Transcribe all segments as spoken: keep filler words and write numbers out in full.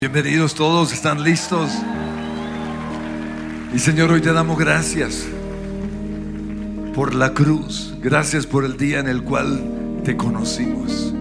Bienvenidos todos, ¿están listos? Y Señor, hoy te damos gracias por la cruz. Gracias por el día en el cual te conocimos.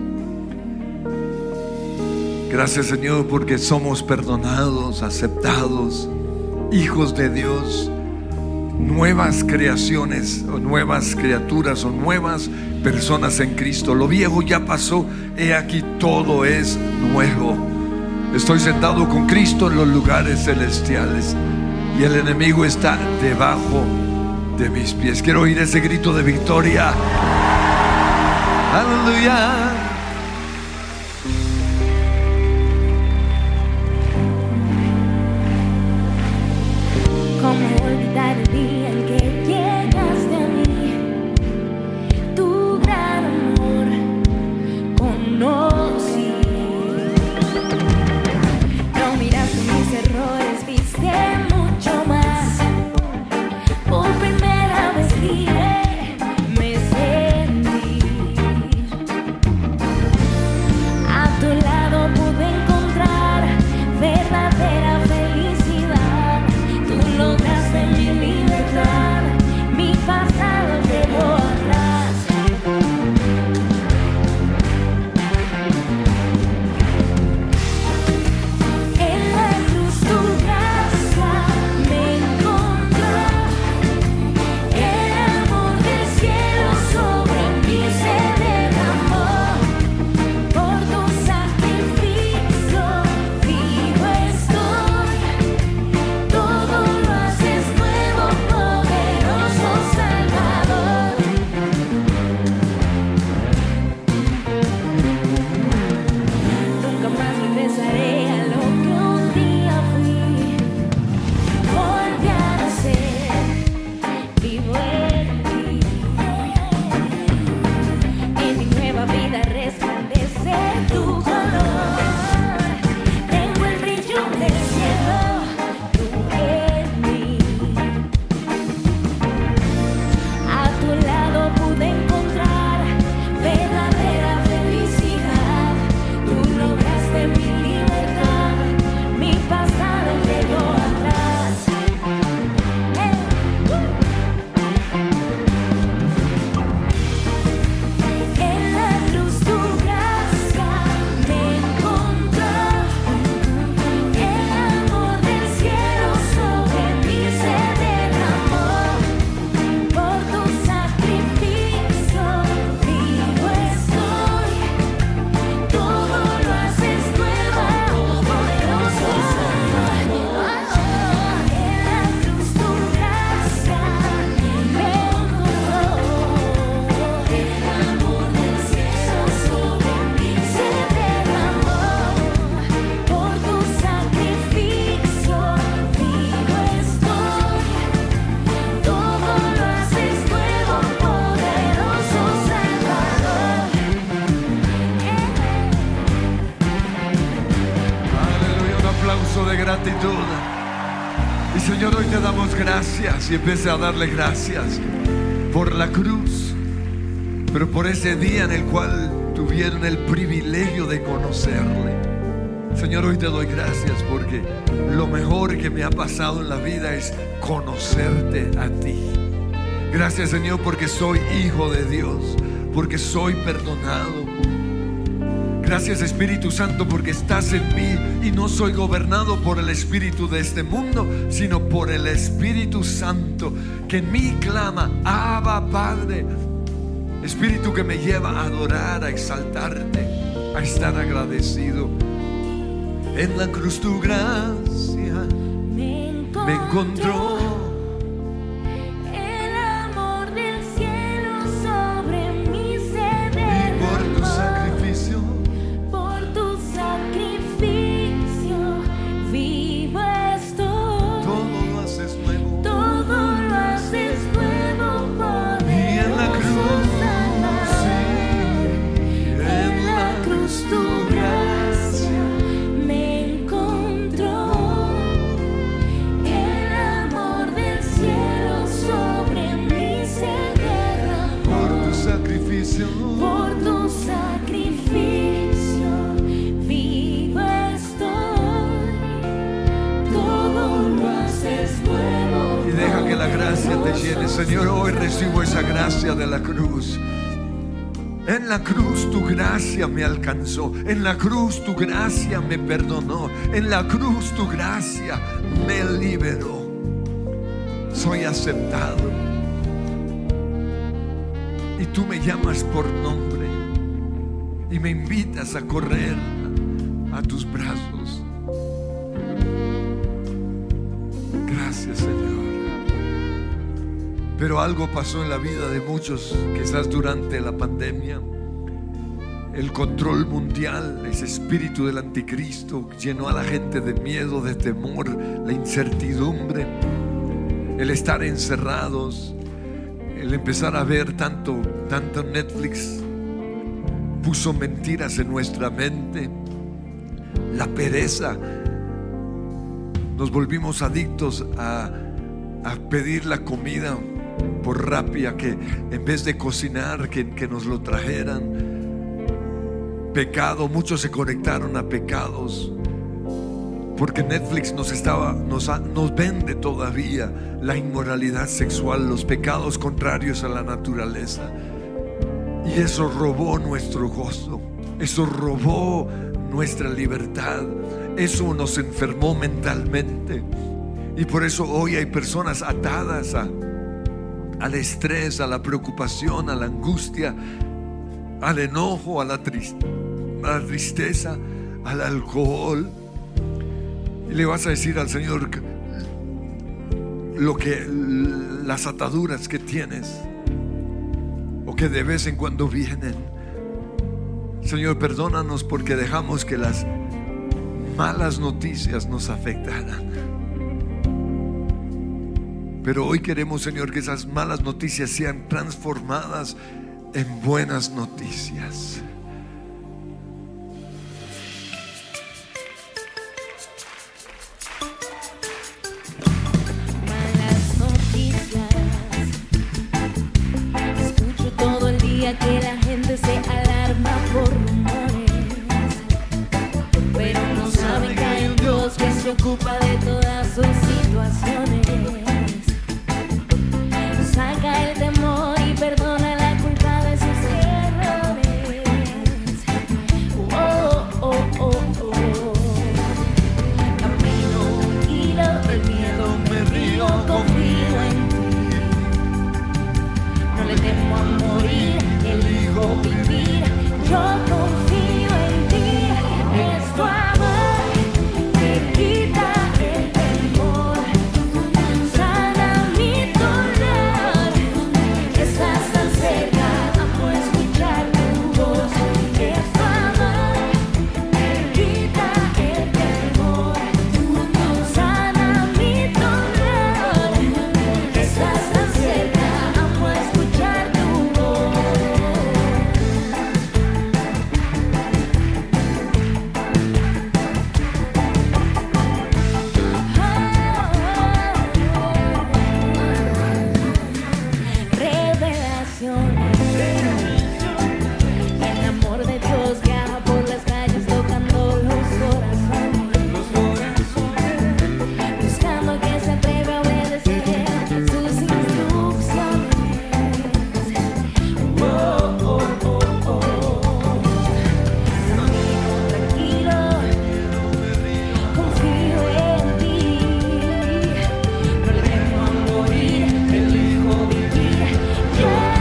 Gracias, Señor, porque somos perdonados, aceptados, hijos de Dios, nuevas creaciones o nuevas criaturas o nuevas personas en Cristo. Lo viejo ya pasó, he aquí todo es nuevo. Estoy sentado con Cristo en los lugares celestiales y el enemigo está debajo de mis pies. Quiero oír ese grito de victoria. Aleluya. ¿Cómo olvidar el día en que llegaste a mí? Tu gran amor conocí. No miraste mis errores, viste mucho más. Por primera vez libre me sentí. A tu lado pude encontrar verdadera felicidad. Tú lograste mi libertad, mi pasado quedó atrás. En la cruz tu gracia me encontró. El amor del cielo sobre mí se derramó. Por tu sacrificio vivo estoy. Todo lo haces nuevo, poderoso Salvador. Nunca más regresaré a lo que un día fui. Volví a nacer, vivo en ti. En mi nueva vida resplandece tu color. Tengo el brillo del cielo, tú en mí. A tu lado pude encontrar verdadera felicidad. Tú lograste mi libertad, mi pasado quedó atrás. Eh, En la cruz tu gracia me encontró. El amor del cielo sobre mí se derramó. Por tu sacrificio vivo estoy. Todo lo haces nuevo, poderoso Salvador. En la cruz tu gracia me encontró. El amor del cielo sobre mí se derramó. Por tu sacrificio vivo estoy. Todo lo haces nuevo, poderoso Salvador. Aleluya, un aplauso de gratitud. Y Señor, hoy te damos gracias y empecé a darle gracias por la cruz, pero por ese día en el cual tuvieron el privilegio de conocerle. Señor, hoy te doy gracias porque lo mejor que me ha pasado en la vida es conocerte a ti. Gracias, Señor, porque soy hijo de Dios, porque soy perdonado. Gracias, Espíritu Santo, porque estás en mí y no soy gobernado por el espíritu de este mundo, sino por el Espíritu Santo que en mí clama, Abba, Padre. Espíritu que me lleva a adorar, a exaltarte, a estar agradecido. En la cruz tu gracia Me me encontró. El amor del cielo sobre mí se Y por tu derramó. sacrificio Por tu sacrificio vivo estoy. todo lo haces nuevo. Todo lo haces nuevo, Y en la poderoso cruz, Salvador. sí, En la cruz tu gracia me encontró. El amor Y deja que la gracia te llene. Señor, hoy recibo esa gracia de la cruz. En la cruz tu gracia me alcanzó. En la cruz tu gracia me perdonó. En la cruz tu gracia me liberó. Soy aceptado. Y tú me llamas por nombre y me invitas a correr a tus brazos. Gracias, Señor. Pero algo pasó en la vida de muchos, quizás durante la pandemia. El control mundial, ese espíritu del anticristo llenó a la gente de miedo, de temor, la incertidumbre, el estar encerrados, el empezar a ver tanto, tanto Netflix puso mentiras en nuestra mente. La pereza, nos volvimos adictos a, a pedir la comida por Rappi, a que en vez de cocinar que, que nos lo trajeran. Pecado, muchos se conectaron a pecados porque Netflix nos estaba, nos, nos vende todavía la inmoralidad sexual, los pecados contrarios a la naturaleza, y eso robó nuestro gozo, eso robó nuestra libertad, eso nos enfermó mentalmente. Y por eso hoy hay personas atadas a, al estrés, a la preocupación, a la angustia, al enojo, a la, trist- a la tristeza, al alcohol. Y le vas a decir al Señor lo que, las ataduras que tienes o que de vez en cuando vienen. Señor, perdónanos porque dejamos que las malas noticias nos afectaran. Pero hoy queremos, Señor, que esas malas noticias sean transformadas en buenas noticias. Malas noticias. Escucho todo el día que la gente se alarma por rumores, pero no saben que hay un Dios que se ocupa de todas sus situaciones. Saca el temor y perdona la culpa de sus errores. Oh, oh, oh, oh. Camino tranquilo, del miedo me río, confío en ti. No le temo a morir, elijo vivir. Yo confío en ti, es tu amor que quita el temor. Sana mi dolor, estás tan cerca, amo escuchar tu voz. Es tu amor que quita el temor. Sana mi dolor, estás tan cerca, amo escuchar tu voz. Revelaciones. El amor de Dios viaja por las calles tocando los corazones, buscando que se atreva a obedecer sus instrucciones. Oh, oh, oh, oh. Camino tranquilo, confío en ti. No le temo a morir, elijo vivir. Ya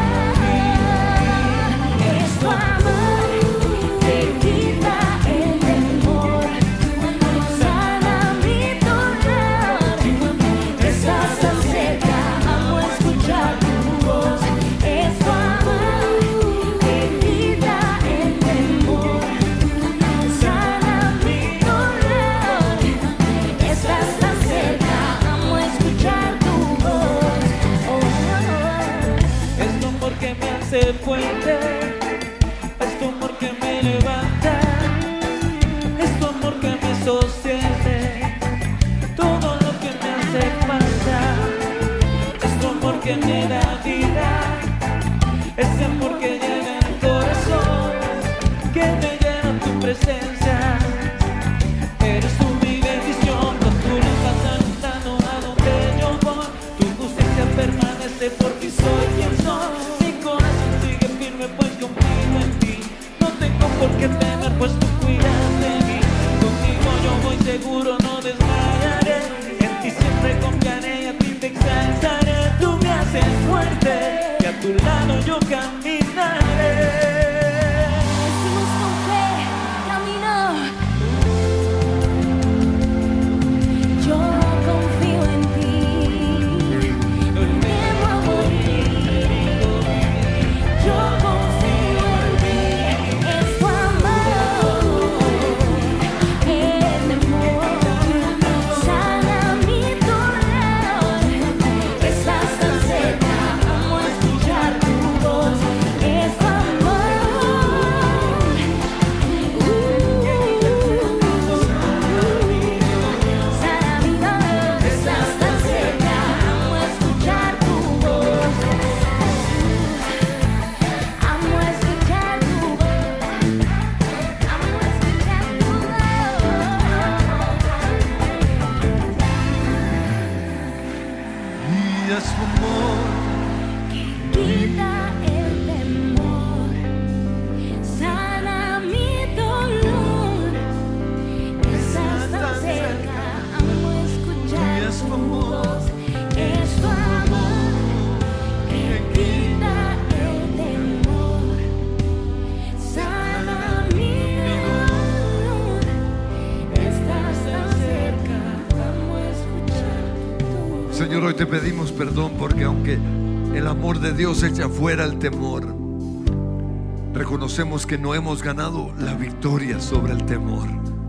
es tu amor que quita el temor. Sana mi dolor, estás tan cerca, amo escuchar tu voz. Es tu amor que quita el temor. Sana mi dolor, estás tan cerca, amo escuchar tu voz. Oh, oh, oh. Es tu amor que me hace fuerte, es tu amor que me levanta, es tu amor que me sostiene, todo lo que me hace falta, es tu amor que me da vida, ese amor que llega al corazón, que me llena tu presencia, eres tú mi bendición, con tu luz alumbrando a Señor, hoy te pedimos perdón porque aunque el amor de Dios echa fuera el temor, reconocemos que no hemos ganado la victoria sobre el temor,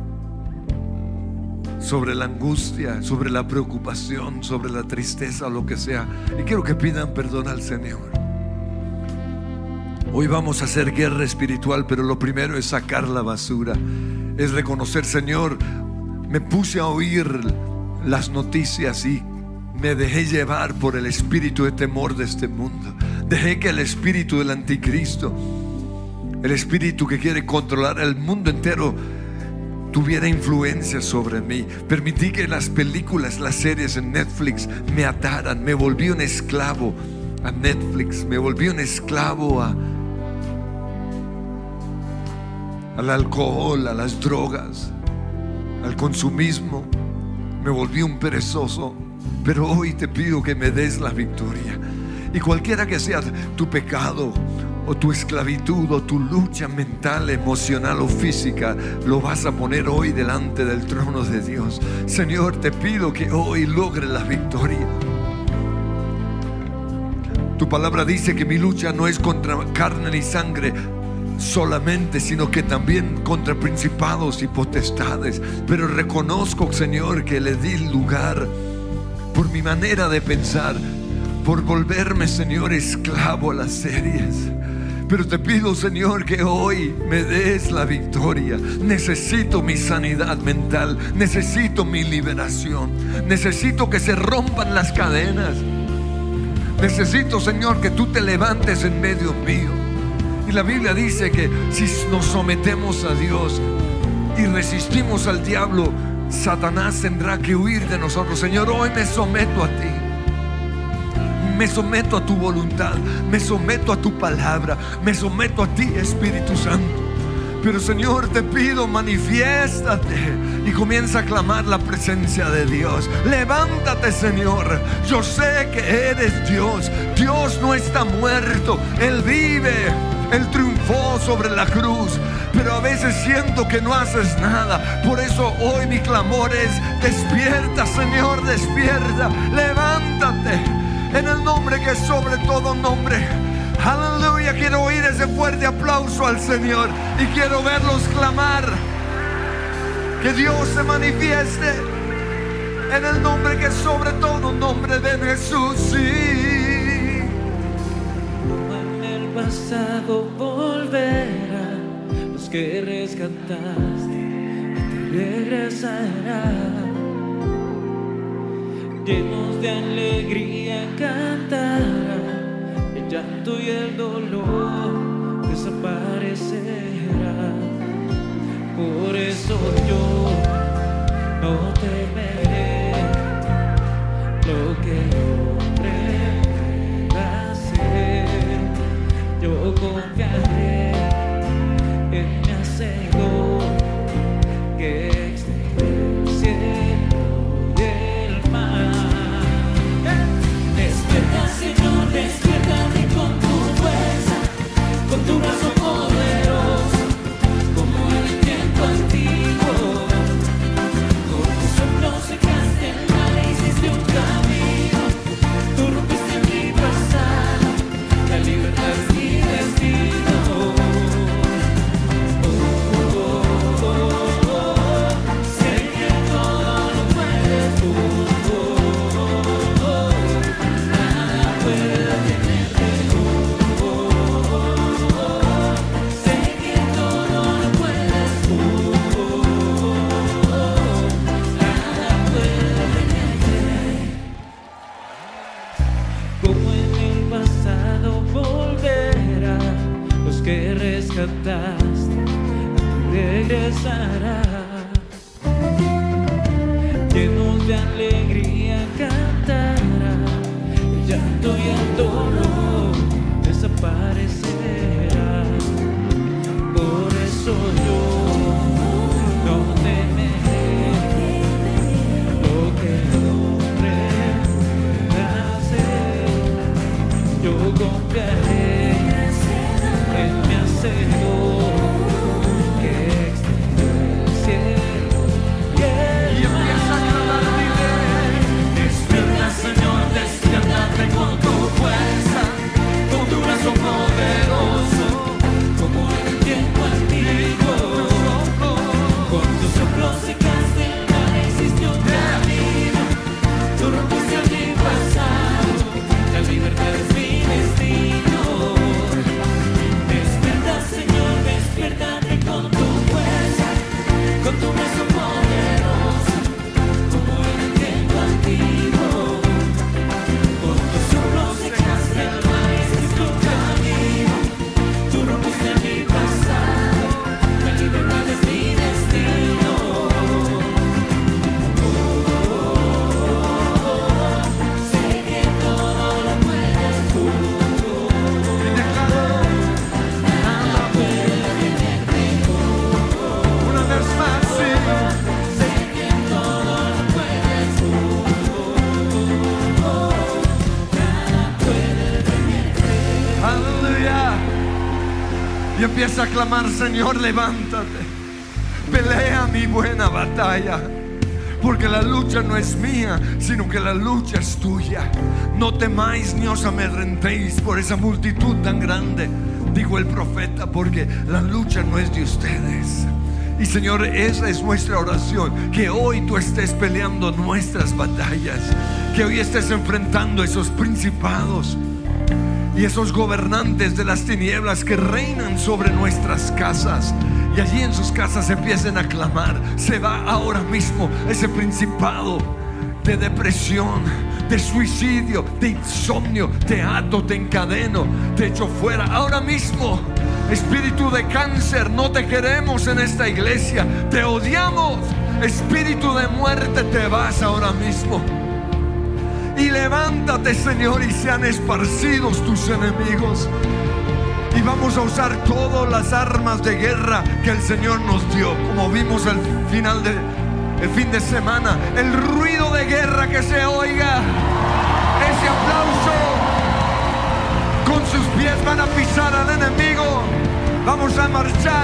sobre la angustia, sobre la preocupación, sobre la tristeza, lo que sea. Y quiero que pidan perdón al Señor. Hoy vamos a hacer guerra espiritual, pero lo primero es sacar la basura. Es reconocer, Señor, me puse a oír las noticias y me dejé llevar por el espíritu de temor de este mundo. Dejé que el espíritu del anticristo, el espíritu que quiere controlar el mundo entero, tuviera influencia sobre mí. Permití que las películas, las series en Netflix me ataran. Me volví un esclavo a Netflix. Me volví un esclavo a, al alcohol, a las drogas, al consumismo. Me volví un perezoso. Pero hoy te pido que me des la victoria. Y cualquiera que sea tu pecado o tu esclavitud o tu lucha mental, emocional o física, lo vas a poner hoy delante del trono de Dios. Señor, te pido que hoy logre la victoria. Tu palabra dice que mi lucha no es contra carne ni sangre solamente, sino que también contra principados y potestades. Pero reconozco, Señor, que le di lugar por mi manera de pensar, por volverme, Señor, esclavo a las series. Pero te pido, Señor, que hoy me des la victoria. Necesito mi sanidad mental. Necesito mi liberación. Necesito que se rompan las cadenas. Necesito, Señor, que tú te levantes en medio mío. Y la Biblia dice que si nos sometemos a Dios y resistimos al diablo, Satanás tendrá que huir de nosotros. Señor, hoy me someto a ti. Me someto a tu voluntad. Me someto a tu palabra. Me someto a ti, Espíritu Santo. Pero, Señor, te pido, manifiéstate. Y comienza a clamar la presencia de Dios. Levántate, Señor. Yo sé que eres Dios. Dios no está muerto. Él vive. Él triunfó sobre la cruz. Pero a veces siento que no haces nada. Por eso hoy mi clamor es: despierta, Señor, despierta. Levántate en el nombre que es sobre todo nombre. Aleluya. Quiero oír ese fuerte aplauso al Señor. Y quiero verlos clamar. Que Dios se manifieste en el nombre que es sobre todo nombre de Jesús. Sí. En el pasado volverá. Los que rescataste te regresarán. Llenos de alegría cantarán. El llanto y el dolor desaparecerá. Por eso yo no temeré lo que el hombre pueda hacer. Yo confiaré en mi Hacedor que extiende el cielo y el mar. Despierta, Señor, despiértame con tu fuerza, con tu brazo poderoso, como en el tiempo antiguo. Con tus soplos empieza a clamar: Señor, levántate, pelea mi buena batalla, porque la lucha no es mía, sino que la lucha es tuya. No temáis ni os amedrentéis por esa multitud tan grande, dijo el profeta, porque la lucha no es de ustedes. Y Señor, esa es nuestra oración, que hoy tú estés peleando nuestras batallas, que hoy estés enfrentando esos principados y esos gobernantes de las tinieblas que reinan sobre nuestras casas. Y allí en sus casas empiecen a clamar: se va ahora mismo ese principado de depresión, de suicidio, de insomnio. Te ato, te encadeno, te echo fuera ahora mismo. Espíritu de cáncer, no te queremos en esta iglesia, te odiamos. Espíritu de muerte, te vas ahora mismo. Y levántate, Señor, y sean esparcidos tus enemigos. Y vamos a usar todas las armas de guerra que el Señor nos dio, como vimos al final del fin de semana. El ruido de guerra que se oiga, ese aplauso. Con sus pies van a pisar al enemigo. Vamos a marchar,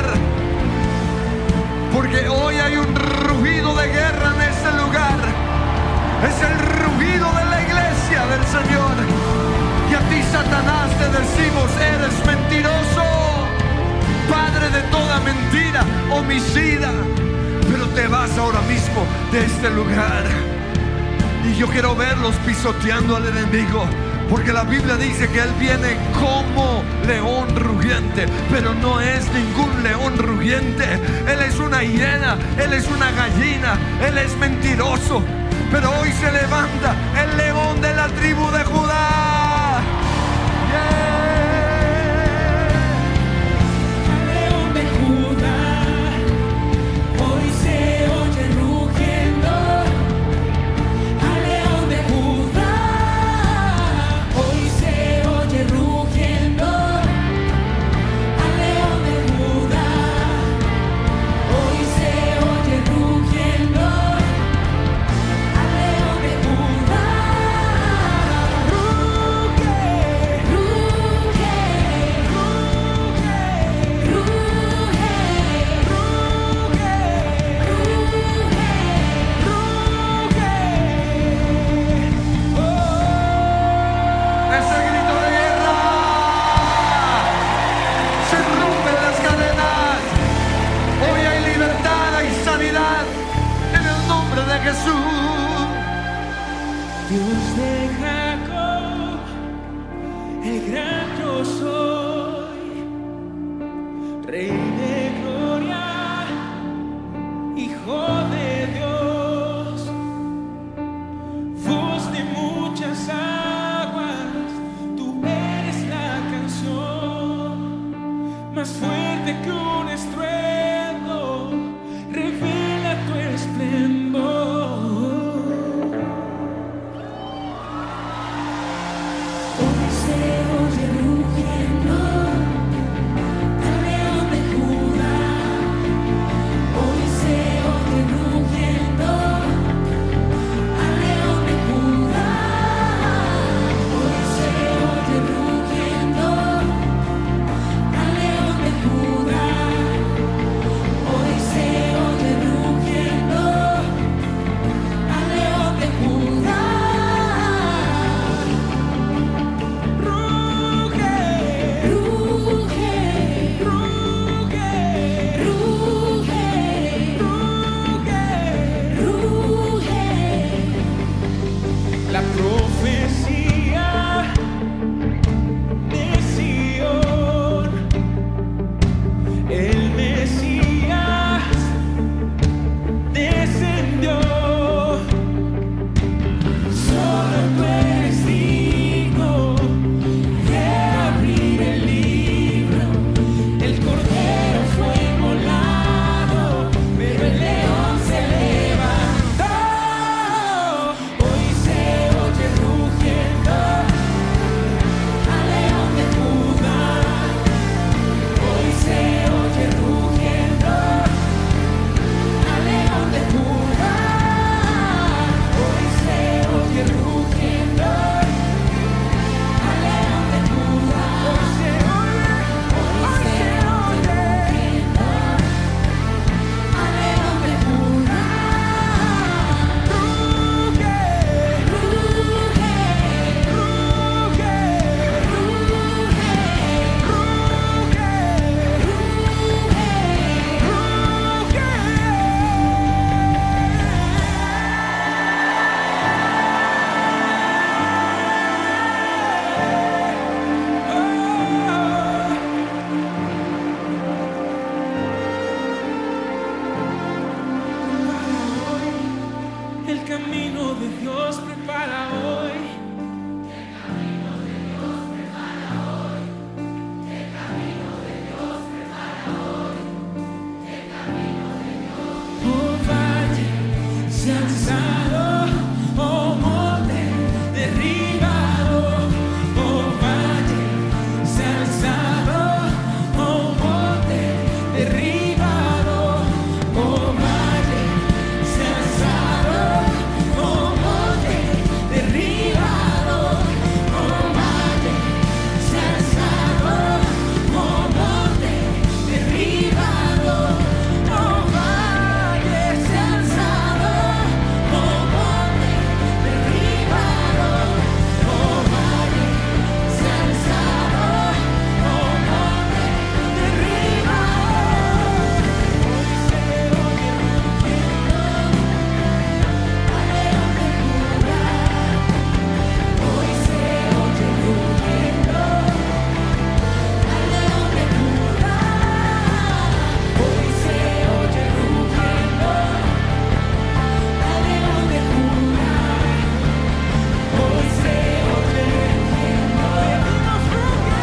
porque hoy hay un rugido de guerra en este lugar. Es el rugido de la iglesia del Señor. Y a ti, Satanás, te decimos: eres mentiroso, padre de toda mentira, homicida. Pero te vas ahora mismo de este lugar. Y yo quiero verlos pisoteando al enemigo, porque la Biblia dice que Él viene como león rugiente, pero no es ningún león rugiente. Él es una hiena, Él es una gallina, Él es mentiroso. Pero hoy se levanta el león de la tribu de Judá. Yeah. Al león de Judá, hoy se oye rugiendo. Al león de Judá, hoy se oye rugiendo. Al león de Judá, hoy se oye rugiendo. Al león de Judá, ruge, ruge, ruge, ruge, ruge, ruge. Ese grito de guerra. Se rompen las cadenas. Hoy hay libertad, hay sanidad en el nombre de Jesús. Dios de Jacob, el gran yo soy, Rey de gloria, Hijo de Dios, voz de muchas aguas, tú eres la canción, más fuerte que un estruendo, revela tu esplendor. Hoy se oye rugiendo. El camino de Dios prepara hoy. El camino de Dios prepara hoy. El camino de Dios prepara hoy. El camino de Dios. Oh valle, se ha alzado, oh monte derribado. Oh valle, se ha alzado, oh monte derribado. Oh valle, se ha alzado, oh monte derribado. Oh valle, se ha alzado, oh monte derribado. Oh valle, se ha alzado, oh monte derribado. Oh valle, se ha alzado, oh monte derribado. Hoy se oye rugiendo al león de Judá. Hoy se oye rugiendo al león de Judá. Hoy se oye rugiendo al león de Judá.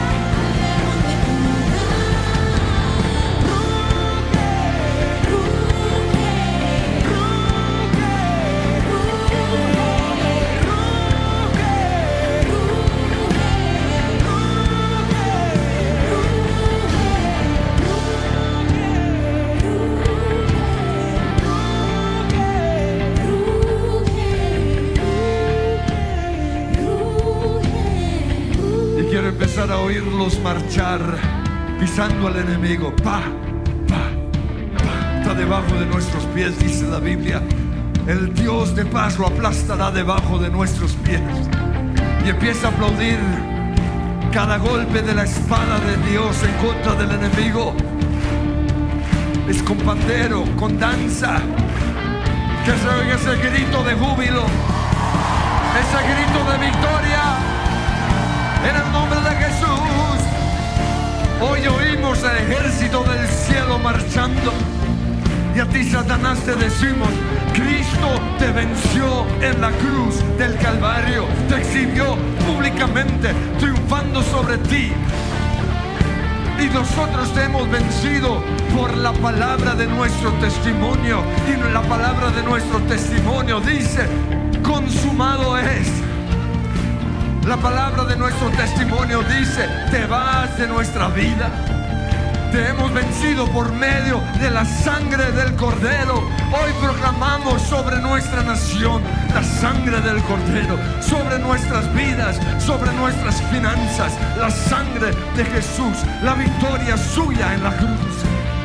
Y quiero empezar a oírlos marchar, pisando al enemigo. Pa, pa, pa. Está debajo de nuestros pies, dice la Biblia. El Dios de paz lo aplastará debajo de nuestros pies. Y empieza a aplaudir cada golpe de la espada de Dios en contra del enemigo. Es con pandero, con danza, que se oiga ese grito de júbilo, ese grito de victoria, en el nombre de Jesús. Hoy oímos al ejército del cielo marchando. Y a ti, Satanás, te decimos: Cristo te venció en la cruz del Calvario, te exhibió públicamente, triunfando sobre ti. Y nosotros te hemos vencido por la palabra de nuestro testimonio. Y la palabra de nuestro testimonio dice: consumado es. La palabra de nuestro testimonio dice: te vas de nuestra vida. Te hemos vencido por medio de la sangre del Cordero. Hoy proclamamos sobre nuestra nación la sangre del Cordero, sobre nuestras vidas, sobre nuestras finanzas, la sangre de Jesús, la victoria suya en la cruz.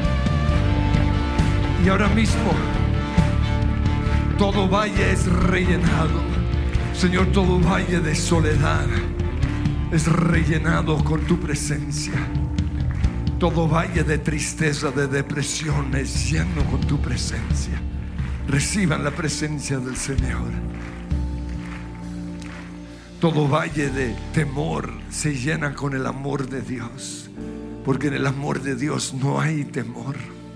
Y ahora mismo todo valle es rellenado. Señor, todo valle de soledad es rellenado con tu presencia. Todo valle de tristeza, de depresión es lleno con tu presencia. Reciban la presencia del Señor. Todo valle de temor se llena con el amor de Dios, porque en el amor de Dios no hay temor.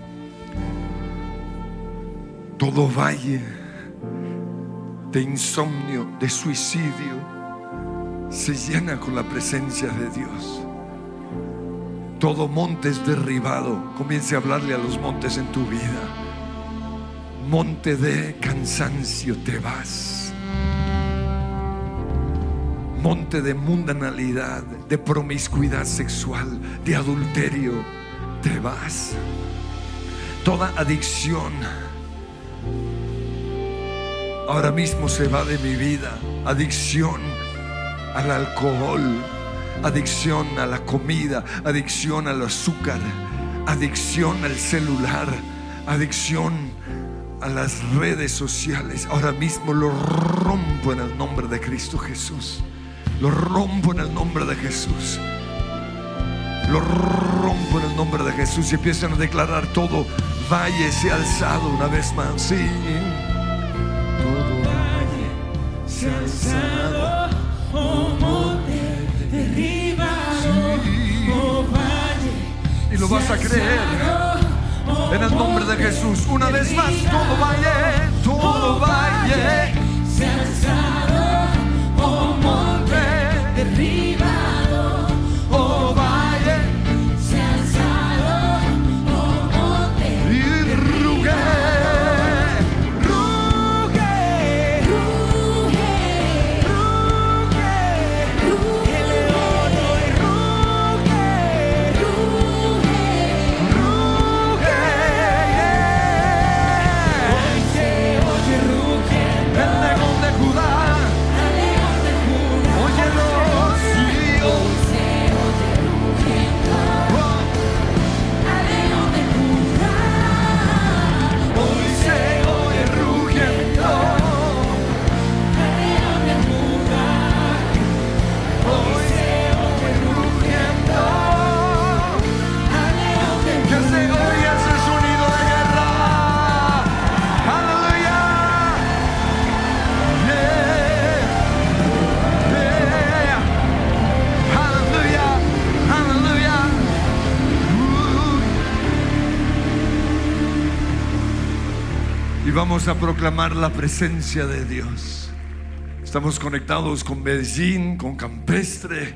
Todo valle de insomnio, de suicidio, se llena con la presencia de Dios. Todo monte es derribado. Comience a hablarle a los montes en tu vida. Monte de cansancio, te vas. Monte de mundanalidad, de promiscuidad sexual, de adulterio, te vas. Toda adicción ahora mismo se va de mi vida. Adicción al alcohol, adicción a la comida, adicción al azúcar, adicción al celular, adicción a las redes sociales. Ahora mismo lo rompo en el nombre de Cristo Jesús. Lo rompo en el nombre de Jesús. Lo rompo en el nombre de Jesús. Y empiezan a declarar: todo valle se ha alzado una vez más. Sí. Todo valle se ha alzado, oh monte derribado, sí. Oh valle. Y lo vas a creer en el nombre de Jesús. Una vez más, todo valle, todo valle vamos a proclamar la presencia de Dios. Estamos conectados con Medellín, con Campestre,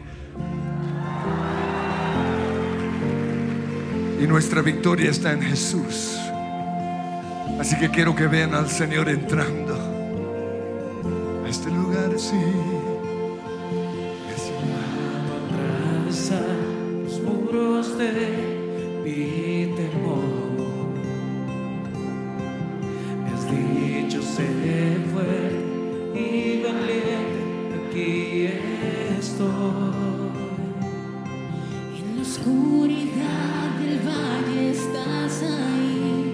y nuestra victoria está en Jesús. Así que quiero que vean al Señor entrando a este lugar, sí. Atravesar los muros de mi temor. Me has dicho sé fuerte y valiente, aquí estoy. En la oscuridad del valle estás ahí,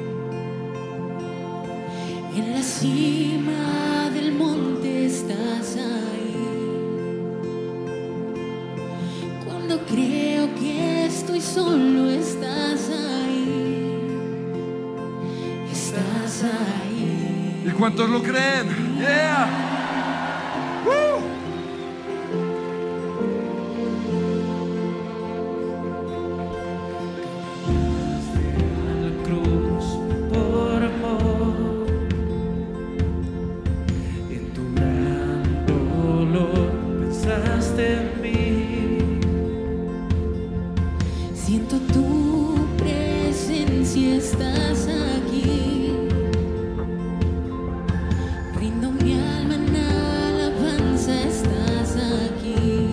en la cima del monte estás ahí. Cuando creo que estoy solo, estás ahí, estás ahí. ¿Y cuántos lo creen? Yeah. Woo. La cruz por amor, en tu gran dolor pensaste en mí. Siento tu presencia, estás aquí. Rindo mi alma en alabanza, estás aquí.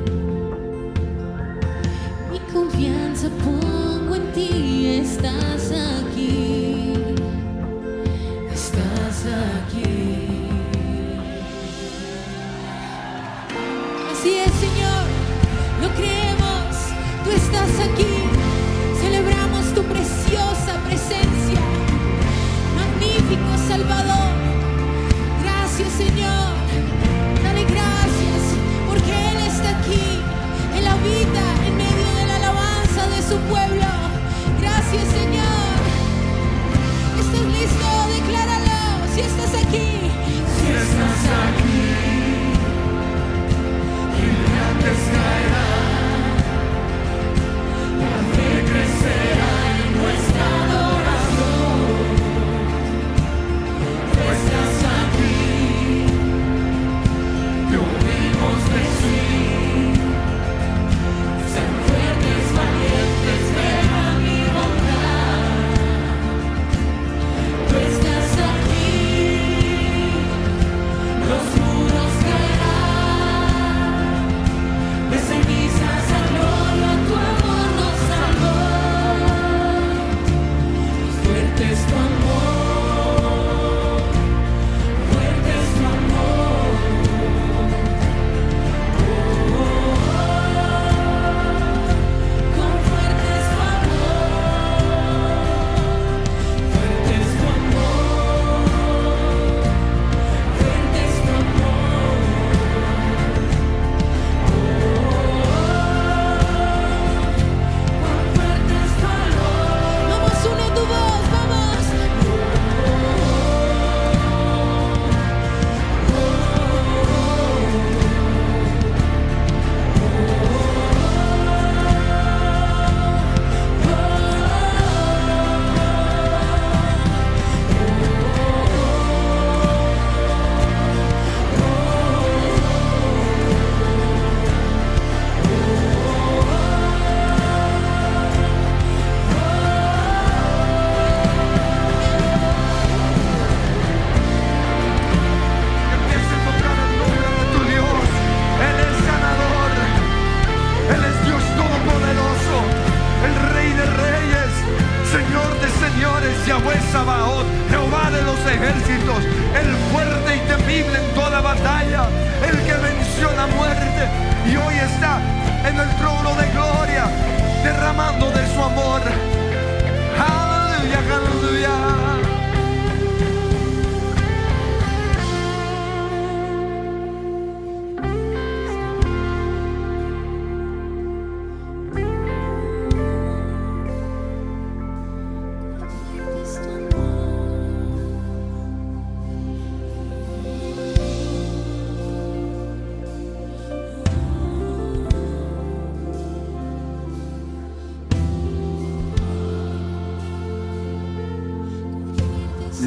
Mi confianza pongo en ti, estás aquí. Estás aquí. Así es, Señor, lo creemos, tú estás aquí. Celebramos tu preciosa presencia, magnífico Salvador. Gracias, Señor, dale gracias porque Él está aquí. Él habita en medio de la alabanza de su pueblo. Gracias, Señor. ¿Estás listo? Decláralo. Si estás aquí, Si estás aquí, gigantes caerán,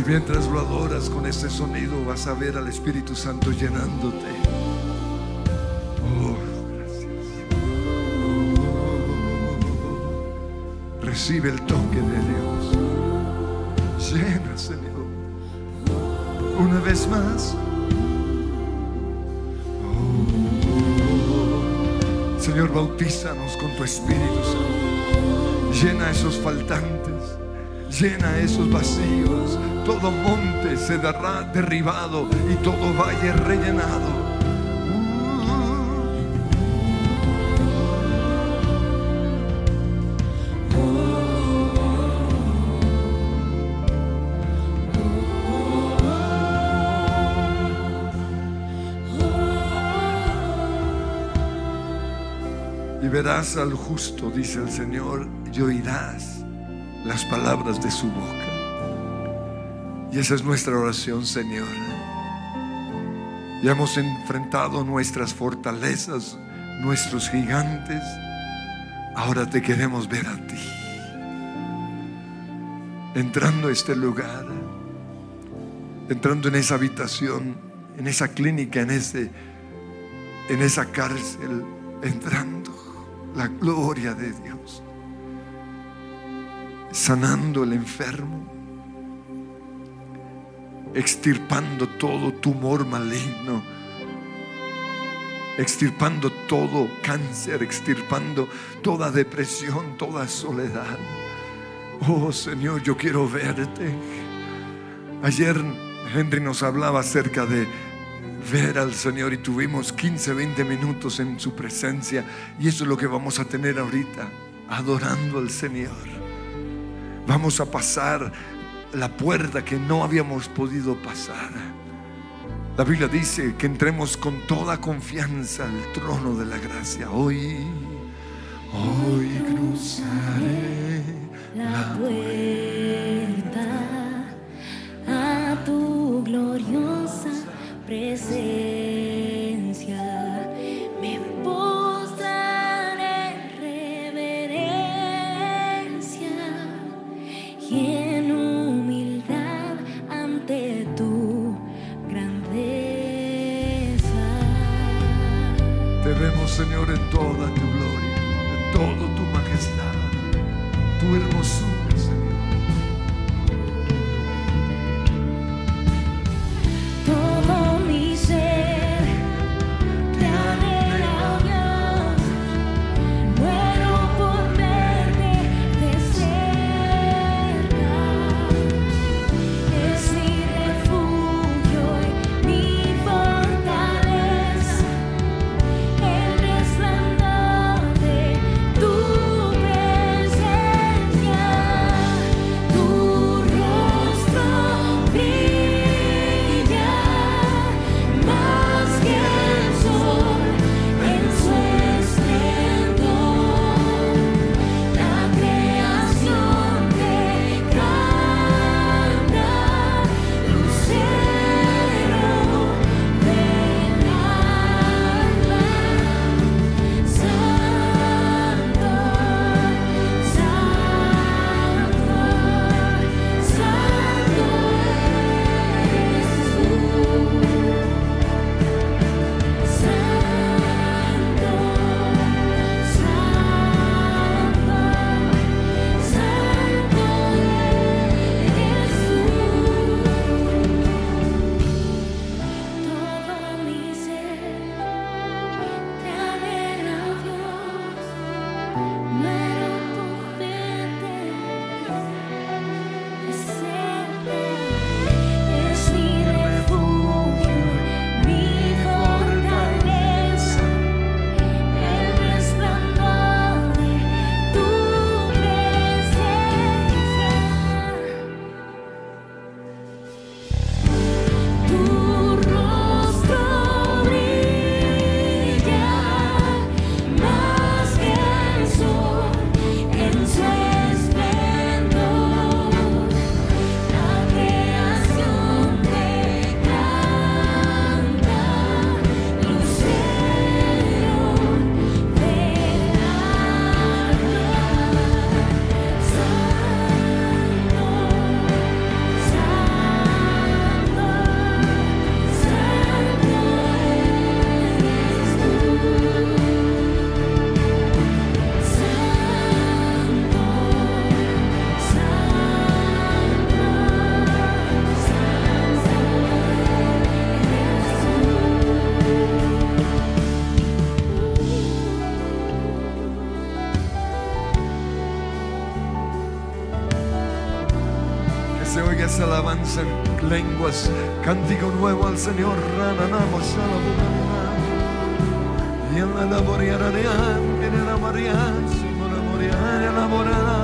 mientras lo adoras con este sonido, vas a ver al Espíritu Santo llenándote. Oh, gracias. Oh, recibe el toque de Dios. Llena, Señor, una vez más. Oh, Señor, bautízanos con tu Espíritu Santo. Llena esos faltantes, llena esos vacíos. Todo monte será derribado y todo valle rellenado. Y verás al justo, dice el Señor, y oirás las palabras de su boca. Y esa es nuestra oración, Señor. Ya hemos enfrentado nuestras fortalezas, nuestros gigantes. Ahora te queremos ver a ti, entrando a este lugar, entrando en esa habitación, en esa clínica, en, ese, en esa cárcel, entrando. La gloria de Dios, sanando el enfermo, extirpando todo tumor maligno, extirpando todo cáncer, extirpando toda depresión, toda soledad. Oh Señor, yo quiero verte. Ayer Henry nos hablaba acerca de ver al Señor y tuvimos quince, veinte minutos en su presencia, y eso es lo que vamos a tener ahorita, adorando al Señor. Vamos a pasar la puerta que no habíamos podido pasar. La Biblia dice que entremos con toda confianza al trono de la gracia. Hoy, hoy cruzaré la puerta a tu gloriosa presencia. Me postraré en reverencia y en humildad ante tu grandeza. Te vemos, Señor, en toda tu gloria, en toda tu majestad, tu hermosura, Señor. Tu presencia. esa alabanza en lenguas, cántico nuevo al Señor. Y en la laboria de Ángel, la María, la Moria, la Morada,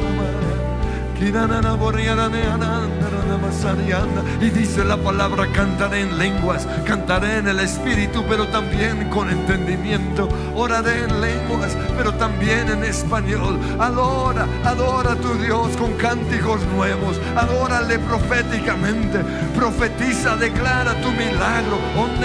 y dice la palabra: cantaré en lenguas, cantaré en el Espíritu, pero también con entendimiento. Oraré en lenguas, pero también en español. Adora, adora a tu Dios con cánticos nuevos. Adórale proféticamente. Profetiza, declara tu milagro.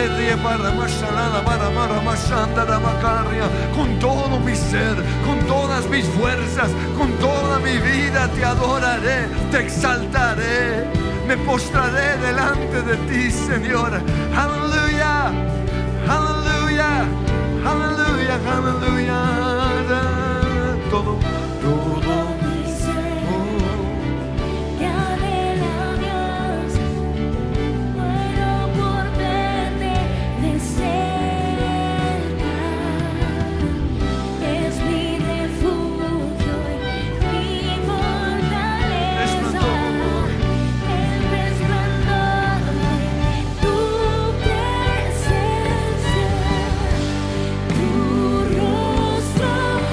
Con todo mi ser, con todas mis fuerzas, con toda mi vida te adoraré, te exaltaré, me postraré delante de ti, Señor. Aleluya, aleluya, aleluya, aleluya. Todo, todo mi ser te adela, Dios. Muero por verte de cerca. Es mi refugio y mi fortaleza. El resplandor de tu presencia. Tu rostro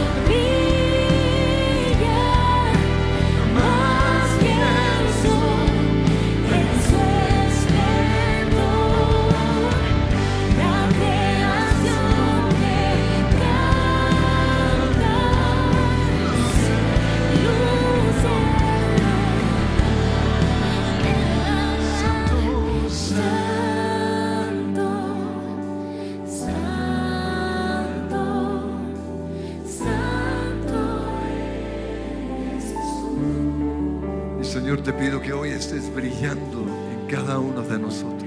brilla más que el sol en su esplendor. La creación te canta, luz santo, santo, santo eres tú. Y Señor, te pido que hoy estés brillando en cada uno de nosotros.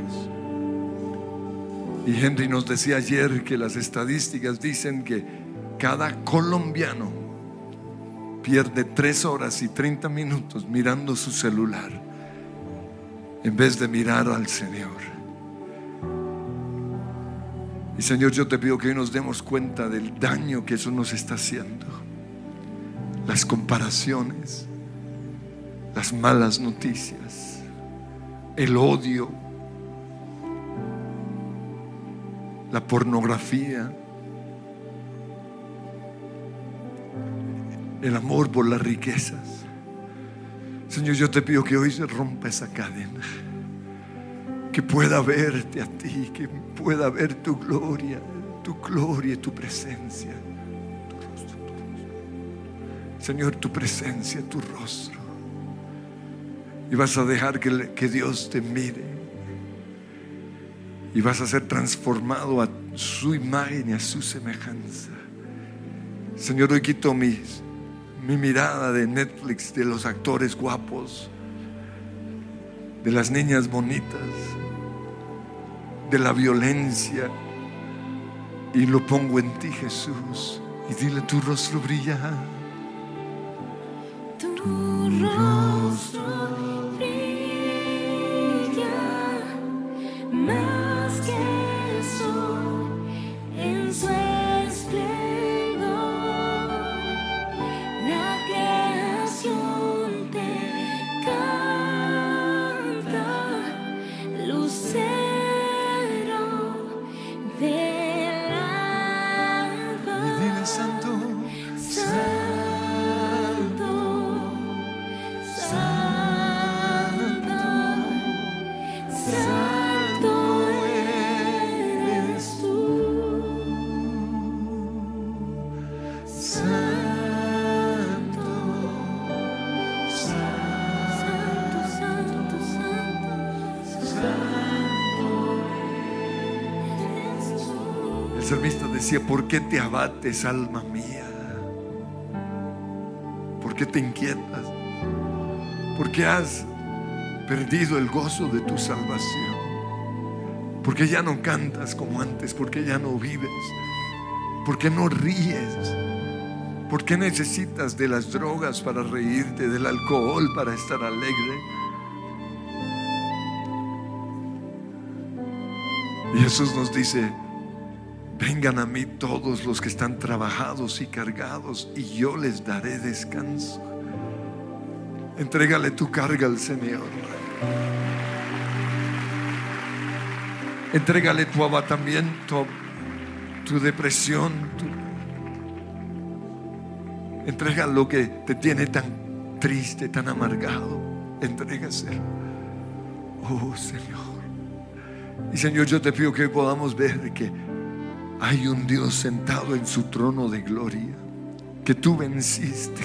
Y Henry nos decía ayer que las estadísticas dicen que cada colombiano pierde tres horas y treinta minutos mirando su celular en vez de mirar al Señor. Y Señor, yo te pido que hoy nos demos cuenta del daño que eso nos está haciendo. Las comparaciones, las malas noticias, el odio, la pornografía, el amor por las riquezas. Señor, yo te pido que hoy se rompa esa cadena, que pueda verte a ti, que pueda ver tu gloria, tu gloria y tu presencia, tu rostro, tu rostro. Señor, tu presencia, tu rostro. Y vas a dejar que, que Dios te mire, y vas a ser transformado a su imagen y a su semejanza. Señor, hoy quito mi, mi mirada de Netflix, de los actores guapos, de las niñas bonitas, de la violencia, y lo pongo en ti, Jesús. Y dile: tu rostro brilla, Tu rostro brilla más que el sol en su esplendor. La creación te canta, lucero del alba. y dile: santo, Santo, santo, santo eres tú. santo, Santo, santo, santo, santo eres tú. El salmista decía: ¿por qué te abates, alma mía? ¿Por qué te inquietas? ¿Por qué has perdido el gozo de tu salvación? ¿Por qué ya no cantas como antes? ¿Por qué ya no vives? ¿Por qué no ríes? ¿Por qué necesitas de las drogas para reírte, del alcohol para estar alegre? Y Jesús nos dice: vengan a mí todos los que están trabajados y cargados, y yo les daré descanso. Entrégale tu carga al Señor. Entrégale tu abatamiento, tu depresión, tu... entrega lo que te tiene tan triste, tan amargado. Entrégaselo. Oh Señor. Y Señor, yo te pido que podamos ver que hay un Dios sentado en su trono de gloria, que tú venciste,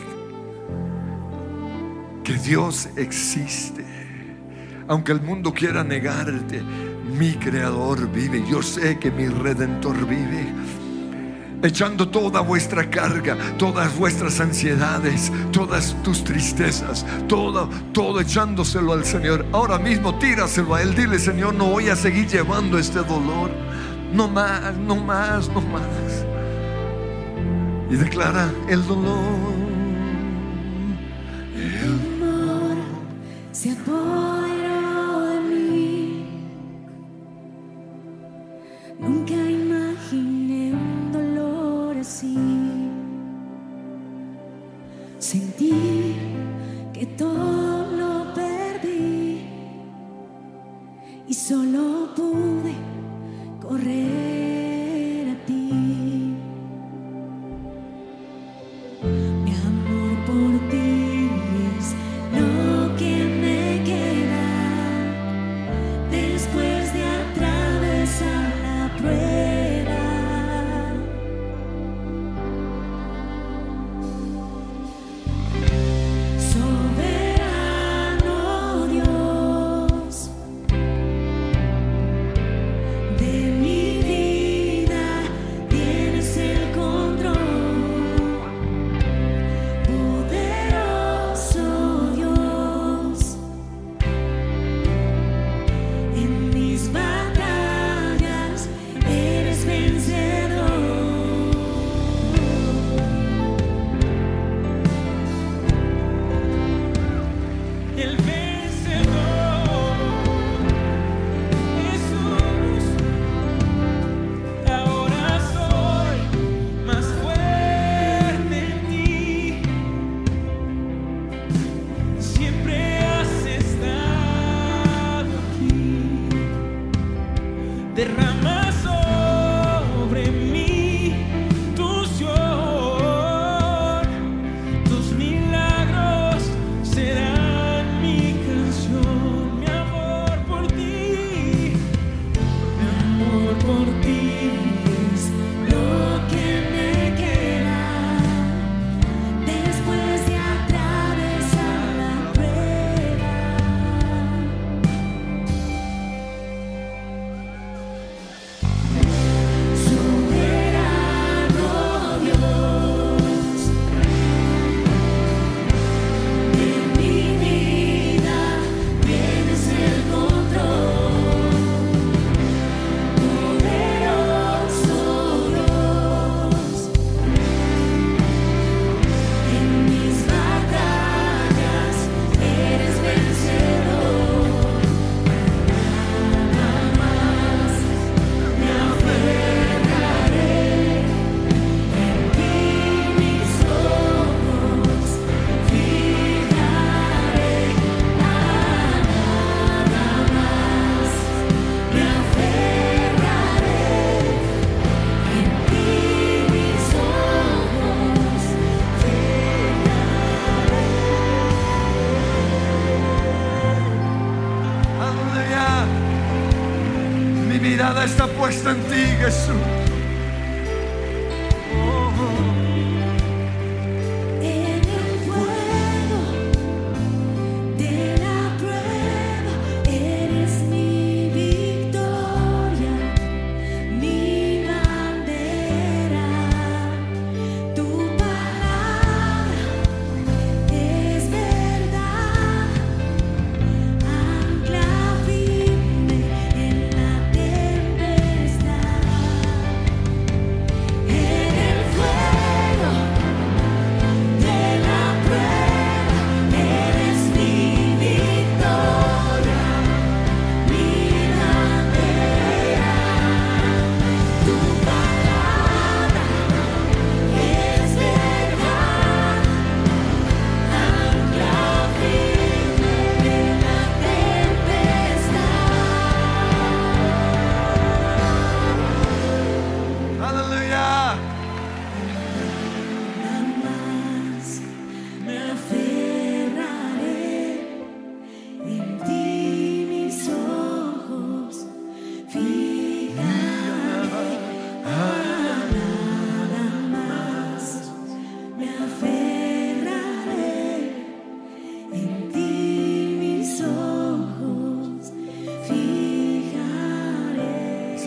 que Dios existe. Aunque el mundo quiera negarte, mi Creador vive. Yo sé que mi Redentor vive. Echando toda vuestra carga, todas vuestras ansiedades, todas tus tristezas, todo, todo echándoselo al Señor. Ahora mismo tíraselo a Él. Dile: Señor, no voy a seguir llevando este dolor. No más, no más, no más. Y declara: el dolor, el dolor se apoderó de mí. Nunca imaginé un dolor así. Sentí que todo lo perdí y solo pude correr a ti. Mi amor por ti es lo que me queda después de atravesar la prueba. Soberano Dios, de mi vida tienes el control. Poderoso Dios, en mis batallas eres vencedor. El vencedor, Jesús. Ahora soy más fuerte en ti. Siempre has estado aquí. Derrama sobre mí tu unción. Tus milagros serán mi canción. Mi amor por ti, mi amor por ti Es lo que me queda después de atravesar la prueba. Soberano Dios, de mi vida tienes el control. Poderoso Dios, en mis batallas eres vencedor. Nada más me aferraré, en ti mis ojos fijaré. Nada más me aferraré, en ti mis ojos aleluya. Mi mirada está puesta en ti, Jesús. En el fuego de la prueba eres mi victoria, mi bandera. Tu palabra es verdad, ancla firme en la tempestad.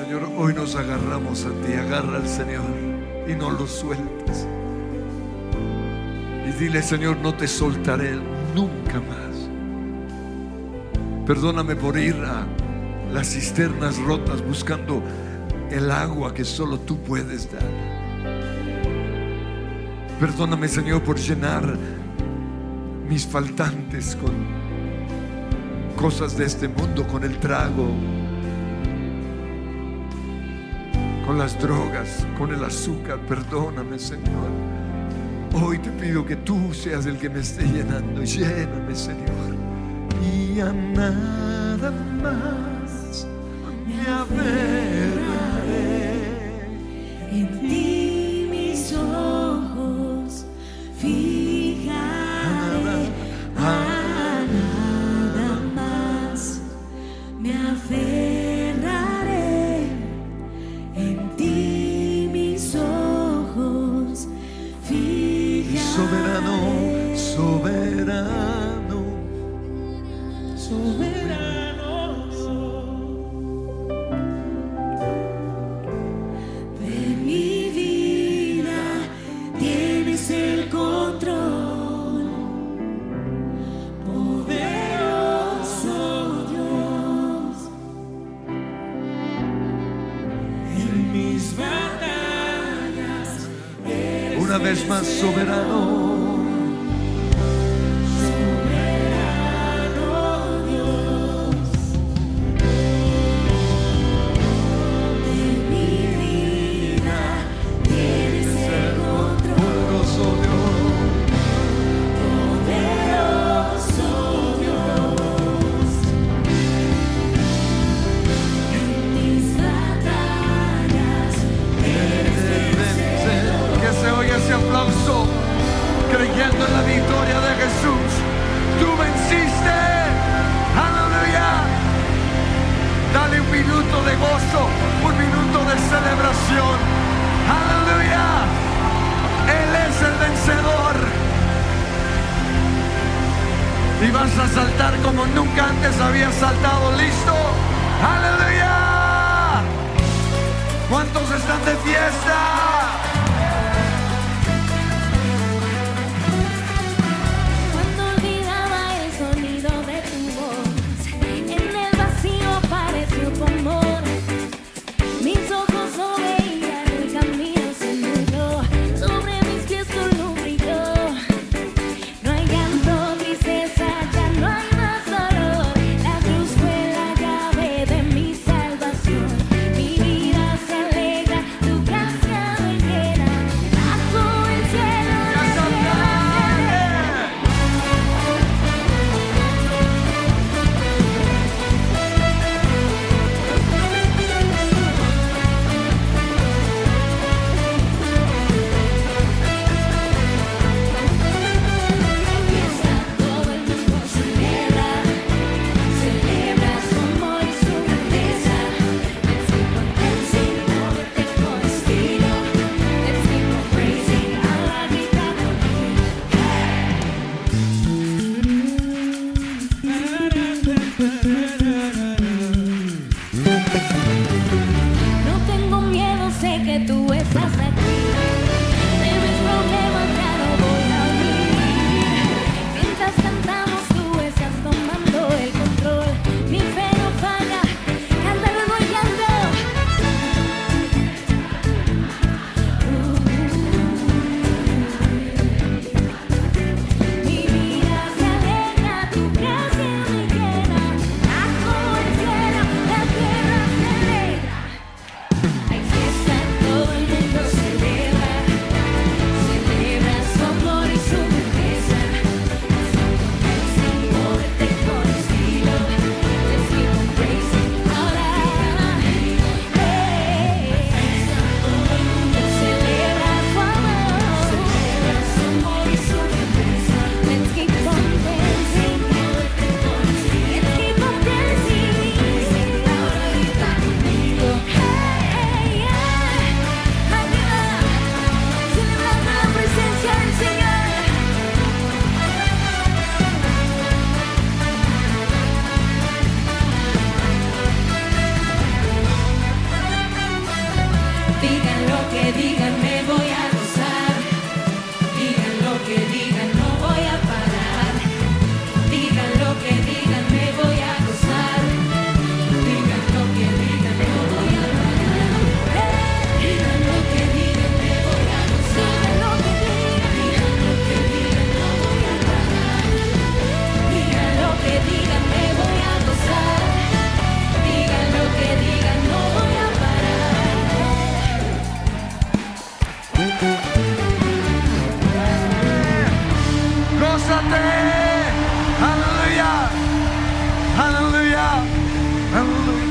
Señor, hoy nos agarramos a ti. Agarra al Señor y no lo sueltes. Y dile: Señor, no te soltaré nunca más. Perdóname por ir a las cisternas rotas buscando el agua que solo tú puedes dar. Perdóname, Señor, por llenar mis faltantes con cosas de este mundo, con el trago, con las drogas, con el azúcar. Perdóname, Señor. Hoy te pido que tú seas el que me esté llenando. Lléname, Señor. Y a nada más me aferraré. En ti mis ojos fijaré. A nada más me aferraré. En ti mis ojos fijaré. Soberano, soberano, Soberano, de mi vida tienes el control. Poderoso Dios, en mis batallas eres una vez más, soberano. Creyendo en la victoria de Jesús, tú venciste. Aleluya. Dale un minuto de gozo, un minuto de celebración. Aleluya. Él es el vencedor. Y vas a saltar como nunca antes habías saltado. ¿Listo? Aleluya. ¿Cuántos están de fiesta? tu amor, mis ojos no veían el camino, se nubló, sobre mis pies tu luz brilló. No hay llanto, tristeza, ya no hay más dolor. La cruz fue la llave de mi salvación. Mi vida se alegra, tu gracia me llena. Bajo el cielo la tierra se alegra. Hay fiesta, todo el mundo se alegra. lo que digan, me voy a gozar. Digan lo que digan, no voy a parar. Digan lo que digan, me voy a gozar. Digan lo que digan, no voy a parar. Digan lo que digan, me voy a gozar. Digan lo que digan, no voy a parar. Digan lo que digan, me voy a gozar. Digan lo que digan, no voy a parar. ¡Gózate! ¡Aleluya! ¡Aleluya! ¡Aleluya!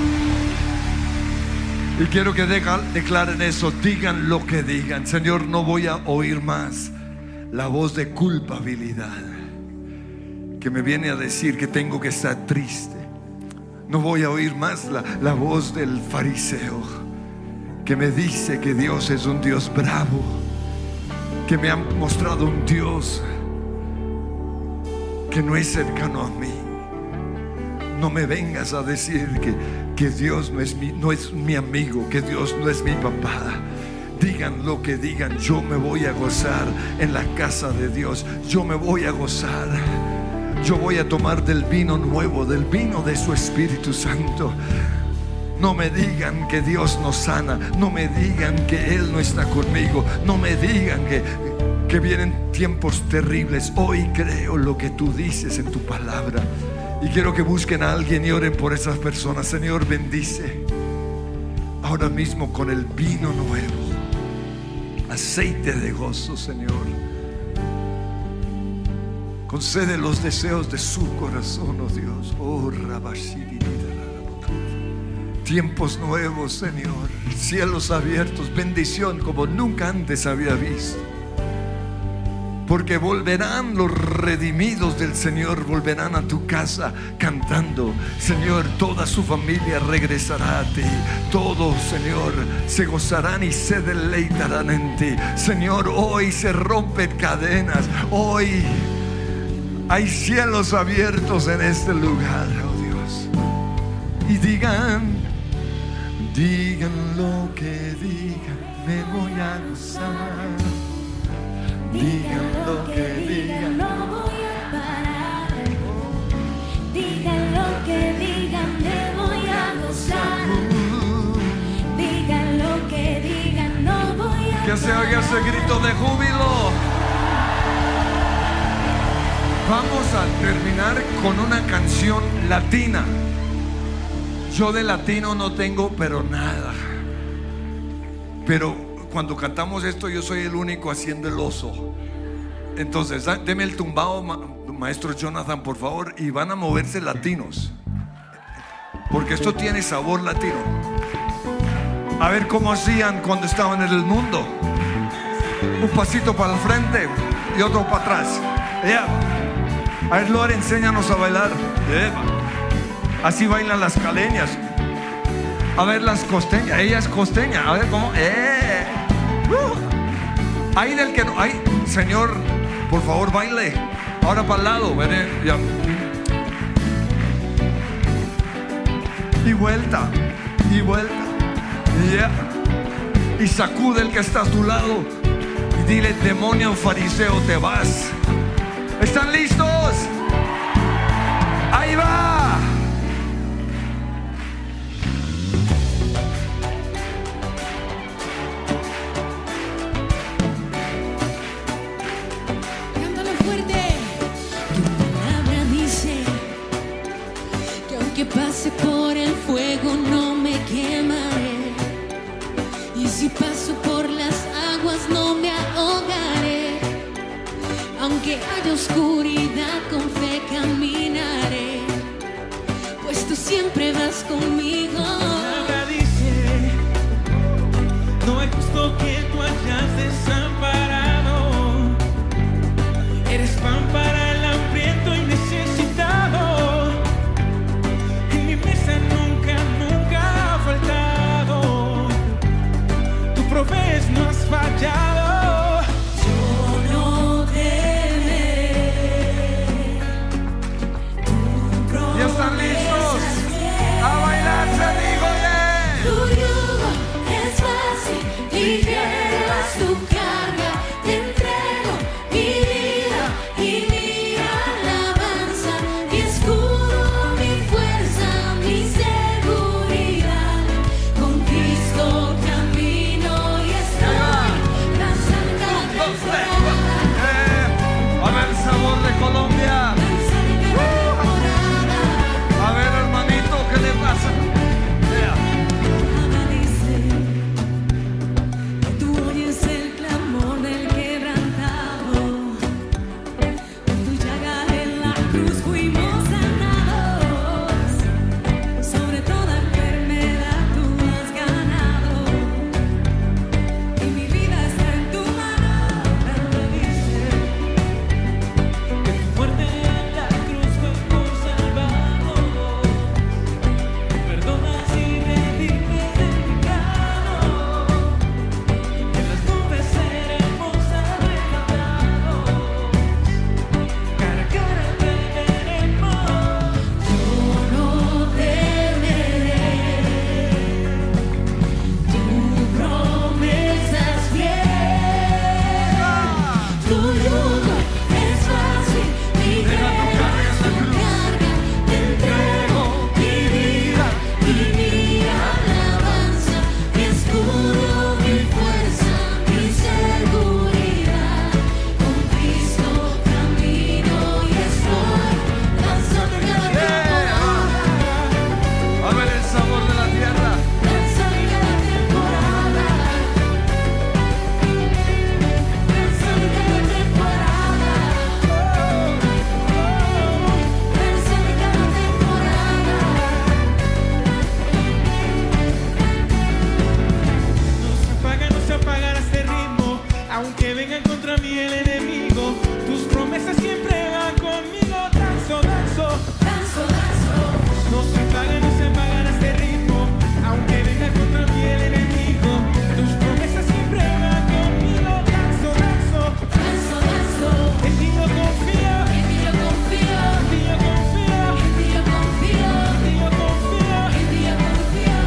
Y quiero que deca- declaren eso. Digan lo que digan. Señor, no voy a oír más la voz de culpabilidad que me viene a decir que tengo que estar triste. No voy a oír más la, la voz del fariseo que me dice que Dios es un Dios bravo, que me ha mostrado un Dios que no es cercano a mí. No me vengas a decir que, que Dios no es, mi, no es mi amigo, que Dios no es mi papá. Digan lo que digan, yo me voy a gozar en la casa de Dios. Yo me voy a gozar. Yo voy a tomar del vino nuevo, del vino de su Espíritu Santo. No me digan que Dios no sana. No me digan que Él no está conmigo. No me digan que, que vienen tiempos terribles. Hoy creo lo que tú dices en tu palabra. Y quiero que busquen a alguien y oren por esas personas. Señor, bendice ahora mismo con el vino nuevo, aceite de gozo, Señor. Concede los deseos de su corazón, oh Dios. Oh, Rabashiri. Tiempos nuevos, Señor. Cielos abiertos, bendición como nunca antes había visto. Porque volverán los redimidos del Señor, volverán a tu casa cantando. Señor, toda su familia regresará a ti. Todos, Señor, se gozarán y se deleitarán en ti. Señor, hoy se rompen cadenas. Hoy hay cielos abiertos en este lugar, oh Dios. Y digan, digan lo que digan, me voy a gozar. Digan lo que digan, no voy a parar. Digan lo que digan, me voy a gozar. Digan lo que digan, no voy a parar. que se oiga ese grito de júbilo. Vamos a terminar con una canción latina. Yo de latino no tengo pero nada, pero cuando cantamos esto yo soy el único haciendo el oso. Entonces deme el tumbado, ma maestro Jonathan, por favor. Y van a moverse latinos, porque esto tiene sabor latino. A ver cómo hacían cuando estaban en el mundo. Un pasito para el frente y otro para atrás. Yeah. A ver, Lore, enséñanos a bailar. Yeah. Así bailan las caleñas. A ver, las costeñas. Ella es costeña. A ver cómo. Eh. Uh. Ahí del que no. Ay, señor, por favor, baile. Ahora para el lado. ¿Ven? Ya. Y vuelta. Y vuelta. Yeah. Y sacude el que está a tu lado y dile: demonio fariseo, te vas. ¿Están listos? Ahí va. Cántalo fuerte. Tu palabra dice que aunque pase por el fuego no me quemaré. Y si paso por las aguas no me ahogaré. Aunque haya oscuridad, con fe caminaré, pues tú siempre vas conmigo. Tu palabra dice: no es justo que tú hayas desamparado. Eres pan para el hambriento y necesitado. En mi mesa nunca, nunca ha faltado. Tú provees, no has fallado. ¿Ya están listos? A bailar, se digo. Aunque venga contra mí el enemigo, tus promesas siempre van conmigo. Danzo, danzo, danzo, danzo. No se apaga, no se apaga este ritmo. Aunque venga contra mí el enemigo, tus promesas siempre van conmigo. Danzo, danzo, danzo, danzo. En ti yo confío, en ti yo confío, en ti yo confío, en ti yo confío, en ti yo confío, en ti yo confío.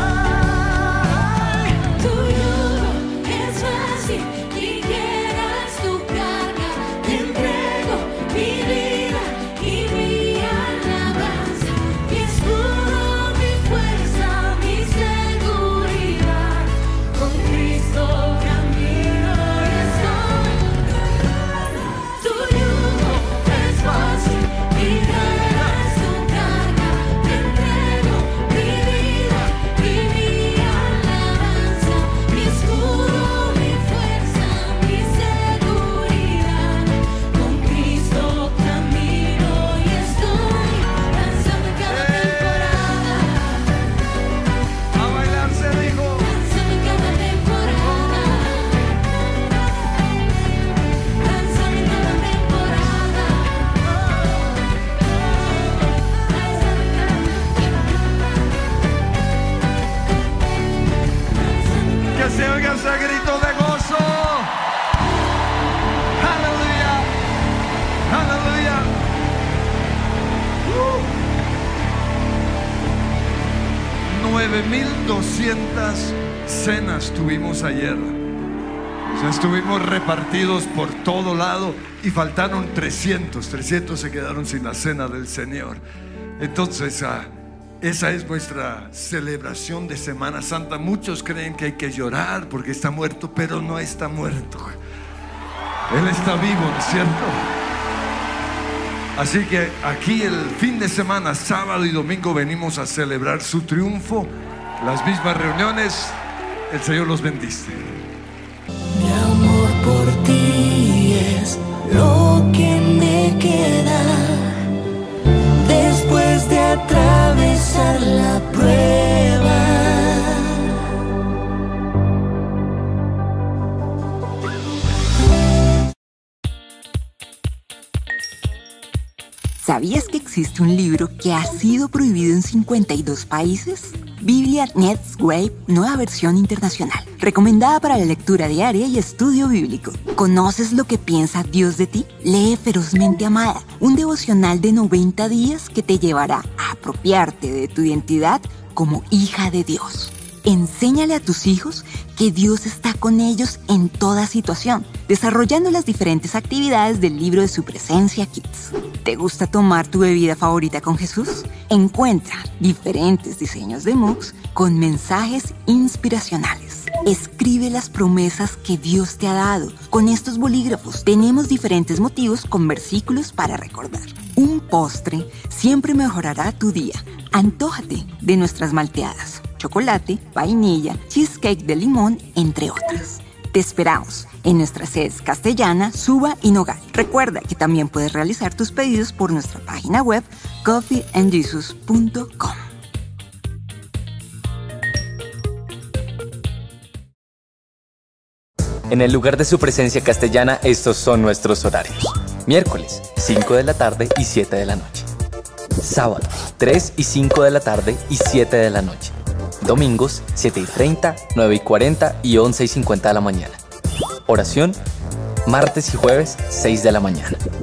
Ay, Tu yugo es fácil, ligera es tu carga. Te entrego mi vida y mi alabanza, mi escudo, mi fuerza, mi seguridad. Con Cristo camino y estoy. Tu yugo es fácil, ligera es tu carga. Te entrego mi vida y mi alabanza, mi escudo, mi fuerza, mi seguridad. Con Cristo camino y estoy. Danzando en cada temporada, A bailar se dijo. danzando en cada temporada, danzando en cada temporada, Que se oiga ese grito de gozo. Aleluya. Aleluya. Uh. nueve mil doscientas cenas tuvimos ayer. O sea, estuvimos repartidos por todo lado y faltaron trescientos. trescientos se quedaron sin la cena del Señor. Entonces, ah, esa es nuestra celebración de Semana Santa. Muchos creen que hay que llorar porque está muerto, pero no está muerto. Él está vivo, ¿no es cierto? Así que aquí el fin de semana, sábado y domingo, venimos a celebrar su triunfo. Las mismas reuniones. El Señor los bendice. Mi amor por ti es lo que me queda después de atravesar la prueba. ¿Sabías que existe un libro que ha sido prohibido en cincuenta y dos países? Biblia Next Wave, nueva versión internacional. Recomendada para la lectura diaria y estudio bíblico. ¿Conoces lo que piensa Dios de ti? Lee Ferozmente Amada, un devocional de noventa días que te llevará a apropiarte de tu identidad como hija de Dios. Enséñale a tus hijos que Dios está con ellos en toda situación, desarrollando las diferentes actividades del libro de su presencia Kids. ¿Te gusta tomar tu bebida favorita con Jesús? Encuentra diferentes diseños de mugs con mensajes inspiracionales. Escribe las promesas que Dios te ha dado. Con estos bolígrafos tenemos diferentes motivos con versículos para recordar. Un postre siempre mejorará tu día. Antójate de nuestras malteadas, chocolate, vainilla, cheesecake de limón, entre otras. Te esperamos en nuestras sedes Castellana, Suba y Nogal. Recuerda que también puedes realizar tus pedidos por nuestra página web coffee and jesus punto com. En el lugar de su presencia castellana, estos son nuestros horarios. Miércoles, cinco de la tarde y siete de la noche. Sábado, tres y cinco de la tarde y siete de la noche. Domingos, siete y treinta, nueve y cuarenta y once y cincuenta de la mañana. Oración, martes y jueves, seis de la mañana.